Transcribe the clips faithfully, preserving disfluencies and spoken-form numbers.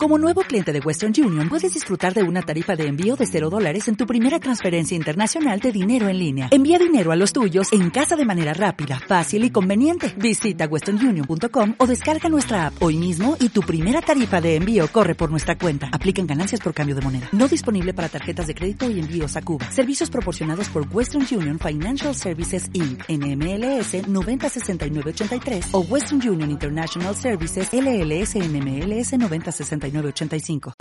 Como nuevo cliente de Western Union, puedes disfrutar de una tarifa de envío de cero dólares en tu primera transferencia internacional de dinero en línea. Envía dinero a los tuyos en casa de manera rápida, fácil y conveniente. Visita western union punto com o descarga nuestra app hoy mismo y tu primera tarifa de envío corre por nuestra cuenta. Aplican ganancias por cambio de moneda. No disponible para tarjetas de crédito y envíos a Cuba. Servicios proporcionados por Western Union Financial Services incorporated. N M L S noventa sesenta y nueve ochenta y tres o Western Union International Services L L S N M L S noventa sesenta y nueve ochenta y cinco.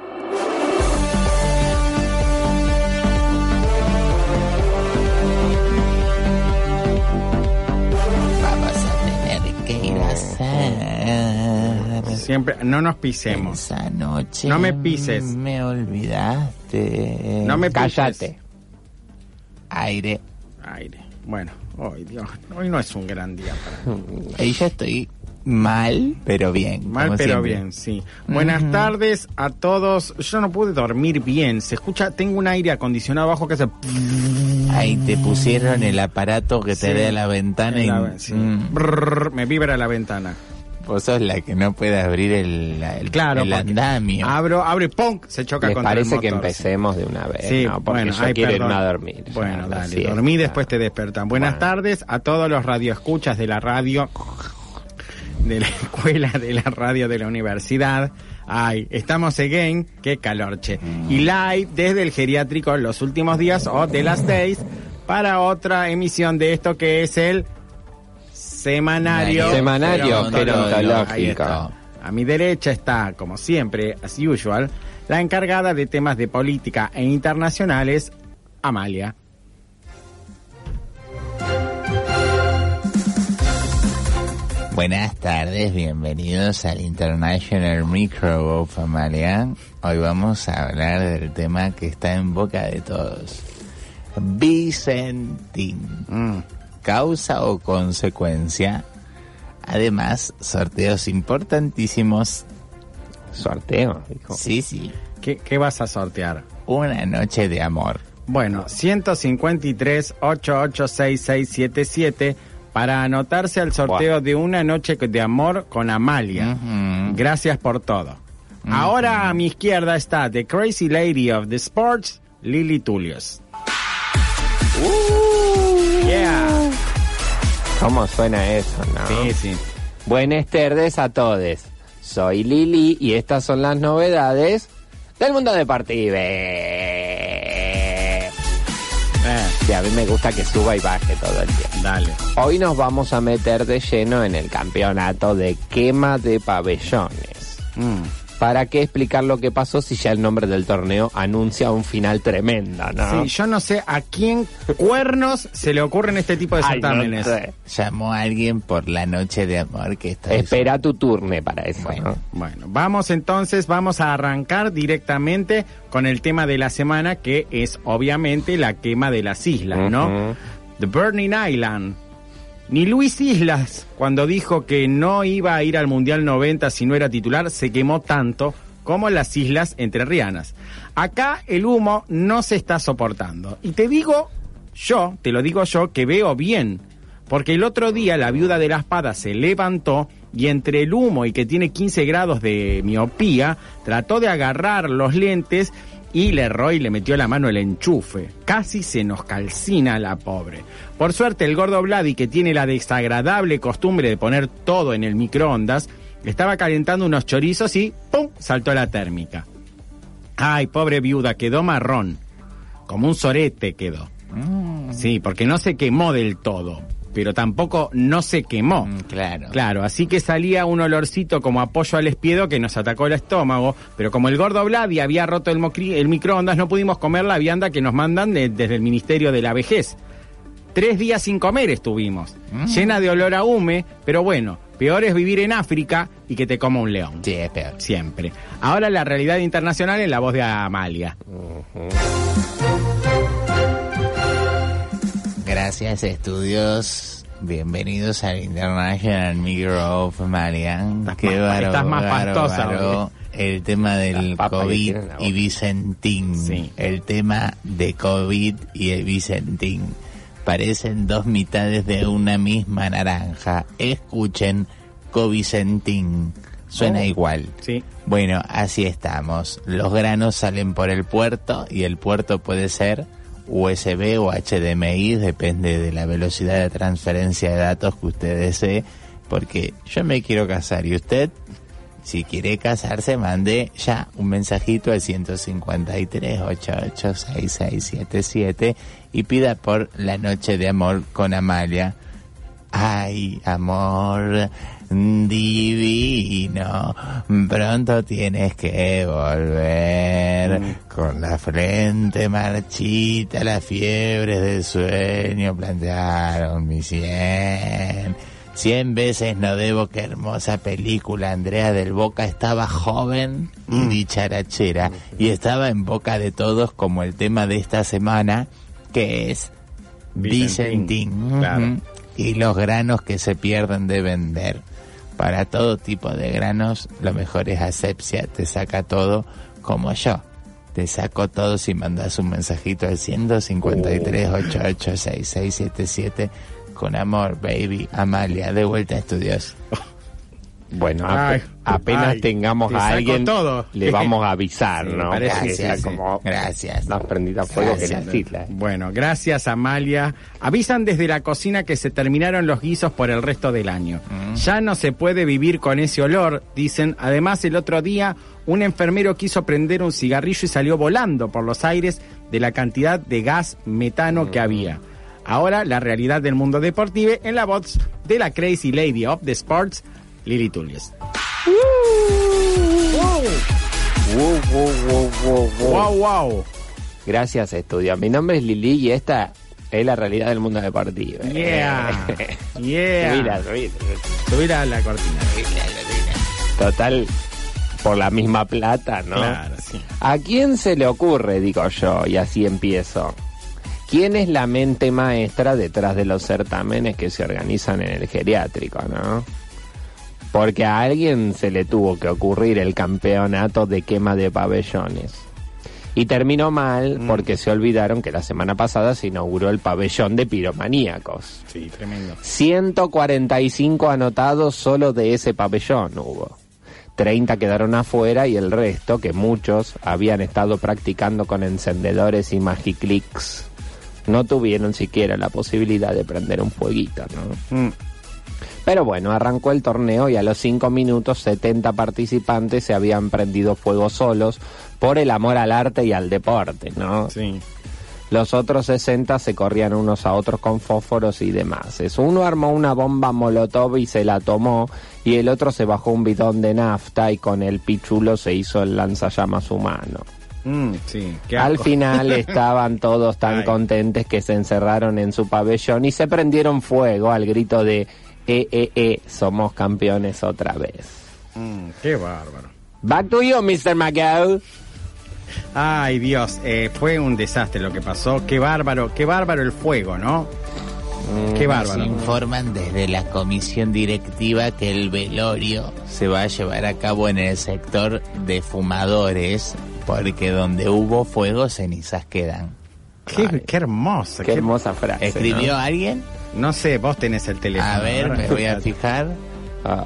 Vamos a tener que ir a hacer. Siempre, no nos pisemos. Esa noche. No me pises. Me olvidaste. No me pises. Cállate. Aire. Aire. Bueno, hoy Dios, hoy no es un gran día para mí. Ahí ya estoy mal, pero bien. Mal, pero siempre. bien, sí. Buenas uh-huh. tardes a todos. Yo no pude dormir bien. Se escucha, tengo un aire acondicionado abajo que hace... Ahí te pusieron el aparato que te sí, da la ventana y... La, sí. mm. Brrr, me vibra la ventana. Vos sos la que no puede abrir el, el, claro, el andamio. Abro, abre, ¡pum! Se choca Les contra el motor. parece que empecemos de una vez, sí, ¿no? Porque bueno, yo ay, quiero perdón. irme a dormir. Bueno, dale, siesta. dormí, después te despertan. Buenas bueno. tardes a todos los radioescuchas de la radio, de la escuela, de la radio de la universidad. Ay, estamos again, qué calor, che. Y live desde el geriátrico los últimos días o de las seis para otra emisión de esto que es el... Semanario, Semanario Gerontológico. Ahí está. A mi derecha está, como siempre, as usual, la encargada de temas de política e internacionales, Amalia. Buenas tardes, bienvenidos al International Micro of Amalia. Hoy vamos a hablar del tema que está en boca de todos. Vicentín. Mm. Causa o consecuencia. Además, sorteos importantísimos. ¿Sorteo? Hijo. Sí, sí. ¿Qué, ¿Qué vas a sortear? Una noche de amor. Bueno, ciento cincuenta y tres, ochenta y ocho, sesenta y seis setenta y siete para anotarse al sorteo wow. de una noche de amor con Amalia. Uh-huh. Gracias por todo. Uh-huh. Ahora a mi izquierda está The Crazy Lady of the Sports, Lili Tullius. Uh, yeah. ¿Cómo suena eso, no? Sí, sí. Buenas tardes a todos. Soy Lili y estas son las novedades del mundo deportivo. Eh. Sí, a mí me gusta que suba y baje todo el tiempo. Dale. Hoy nos vamos a meter de lleno en el campeonato de quema de pabellones. Mm. ¿Para qué explicar lo que pasó si ya el nombre del torneo anuncia un final tremendo, no? Sí, yo no sé a quién cuernos se le ocurren este tipo de certámenes. Ay, no sé. Llamó a alguien por la noche de amor que está... Espera tu turno para eso, bueno, ¿no? Bueno, vamos entonces, vamos a arrancar directamente con el tema de la semana, que es obviamente la quema de las islas, uh-huh. ¿no? The Burning Island. Ni Luis Islas, cuando dijo que no iba a ir al Mundial noventa si no era titular, se quemó tanto como las islas entrerrianas. Acá el humo no se está soportando. Y te digo yo, te lo digo yo, que veo bien. Porque el otro día la viuda de la espada se levantó y entre el humo y que tiene quince grados de miopía, trató de agarrar los lentes y le erró y le metió la mano el enchufe. Casi se nos calcina la pobre. Por suerte el gordo Vladi, que tiene la desagradable costumbre de poner todo en el microondas, estaba calentando unos chorizos y ¡pum! Saltó la térmica. Ay, pobre viuda, quedó marrón. Como un sorete quedó. Mm. Sí, porque no se quemó del todo, pero tampoco no se quemó. Mm, claro. Claro, así que salía un olorcito como apoyo al espiedo que nos atacó el estómago, pero como el gordo Vladi había roto el, mocri- el microondas, no pudimos comer la vianda que nos mandan de- desde el Ministerio de la Vejez. Tres días sin comer estuvimos, mm. llena de olor a hume, pero bueno, peor es vivir en África y que te coma un león. Sí, es peor. Siempre. Ahora la realidad internacional en la voz de Amalia. Uh-huh. Gracias, estudios. Bienvenidos al International Micro of Amalia. Estás Qué más, bárbaro, estás más pastosa. bárbaro. El tema del COVID y Vicentín. Sí. El tema de COVID y el Vicentín. Parecen dos mitades de una misma naranja. Escuchen Covicentín. Suena Oh. igual. Sí. Bueno, así estamos. Los granos salen por el puerto y el puerto puede ser U S B o H D M I, depende de la velocidad de transferencia de datos que usted desee, porque yo me quiero casar y usted, si quiere casarse, mande ya un mensajito al ciento cincuenta y tres, ochenta y ocho, sesenta y seis setenta y siete y pida por la noche de amor con Amalia. Ay, amor divino, pronto tienes que volver, Mm. con la frente marchita, las fiebres del sueño plantearon mi cien. Cien veces no debo, qué hermosa película. Andrea del Boca estaba joven y Mm. dicharachera, y estaba en boca de todos como el tema de esta semana, que es Vicentín, Vicentín. claro. Ujú. Y los granos que se pierden de vender. Para todo tipo de granos, lo mejor es Asepsia, te saca todo como yo. Te saco todo si mandas un mensajito al ciento cincuenta y tres, ochenta y ocho, sesenta y seis setenta y siete. Con amor, baby. Amalia, de vuelta a estudios. Bueno, Ay, ape- apenas ay, tengamos te a saco alguien, todo. le vamos a avisar, Sí, ¿no? parece Porque que sea sí, como Gracias. más prendida a fuego que Gracias. las islas. Bueno, gracias Amalia. Avisan desde la cocina que se terminaron los guisos por el resto del año. Mm. Ya no se puede vivir con ese olor, dicen. Además, el otro día un enfermero quiso prender un cigarrillo y salió volando por los aires de la cantidad de gas metano que había. Ahora, la realidad del mundo deportivo en la voz de la Crazy Lady of the Sports, Lili Tullies. Wow, wow, wow, wow, wow. Wow, wow. Gracias, estudio. Mi nombre es Lili y esta es la realidad del mundo deportivo. Yeah. Yeah. Mira, mira. Subir a la cortina. Total, por la misma plata, ¿no? Claro, sí. ¿A quién se le ocurre, digo yo, y así empiezo? ¿Quién es la mente maestra detrás de los certámenes que se organizan en el geriátrico, no? Porque a alguien se le tuvo que ocurrir el campeonato de quema de pabellones. Y terminó mal Mm. porque se olvidaron que la semana pasada se inauguró el pabellón de piromaníacos. Sí, tremendo. ciento cuarenta y cinco anotados solo de ese pabellón hubo. treinta quedaron afuera y el resto, que muchos habían estado practicando con encendedores y magiclicks, no tuvieron siquiera la posibilidad de prender un fueguito, ¿no? Mm. Pero bueno, arrancó el torneo y a los cinco minutos setenta participantes se habían prendido fuego solos por el amor al arte y al deporte, ¿no? Sí. Los otros sesenta se corrían unos a otros con fósforos y demás. Es, uno armó una bomba molotov y se la tomó, y el otro se bajó un bidón de nafta y con el pichulo se hizo el lanzallamas humano. Mm, sí. Qué Al asco. final estaban todos tan Ay. contentes que se encerraron en su pabellón y se prendieron fuego al grito de eh, eh, eh, somos campeones otra vez. Mm, qué bárbaro. Back to you, mister McGow. Ay, Dios, eh, fue un desastre lo que pasó. Qué bárbaro, qué bárbaro el fuego, ¿no? Qué Nos bárbaro. informan desde la comisión directiva que el velorio se va a llevar a cabo en el sector de fumadores, porque donde hubo fuego, cenizas quedan. Qué, Ay. qué hermosa. Qué hermosa frase. ¿Escribió ¿no? alguien? No sé, vos tenés el teléfono. A ver, me voy a fijar. Ay.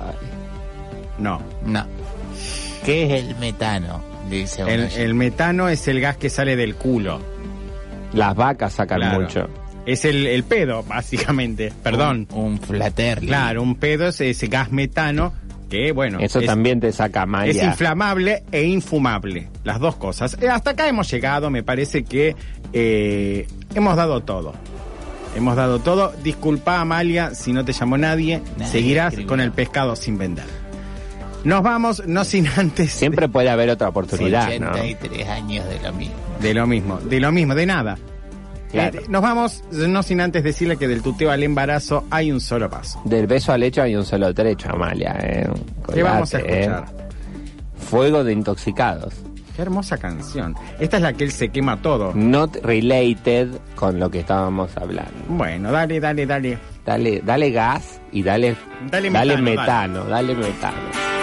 No. No. ¿Qué es el metano? Dice uno. El, el metano es el gas que sale del culo. Las vacas sacan Claro. mucho. Es el, el pedo, básicamente. Perdón. Un, un flaterli. Claro, un pedo es ese gas metano que, bueno, Eso es, también te saca es Maya. inflamable e infumable. Las dos cosas. Eh, hasta acá hemos llegado, me parece que eh, hemos dado todo. Hemos dado todo. Disculpa, Amalia, si no te llamó nadie. Nadie seguirás escribió. con el pescado sin vender. Nos vamos, no sin antes... Siempre puede haber otra oportunidad, ¿no? ochenta y tres años de lo mismo. De lo mismo, de lo mismo, de nada. Claro. Eh, nos vamos, no sin antes decirle que del tuteo al embarazo hay un solo paso. Del beso al hecho hay un solo trecho, Amalia. ¿eh? ¿Qué vamos a Cuidate, escuchar? ¿eh? Fuego de intoxicados. Qué hermosa canción. Esta es la que él se quema todo. Not related con lo que estábamos hablando. Bueno, dale, dale, dale. Dale, dale gas y dale, Dale dale metano, metano, dale metano.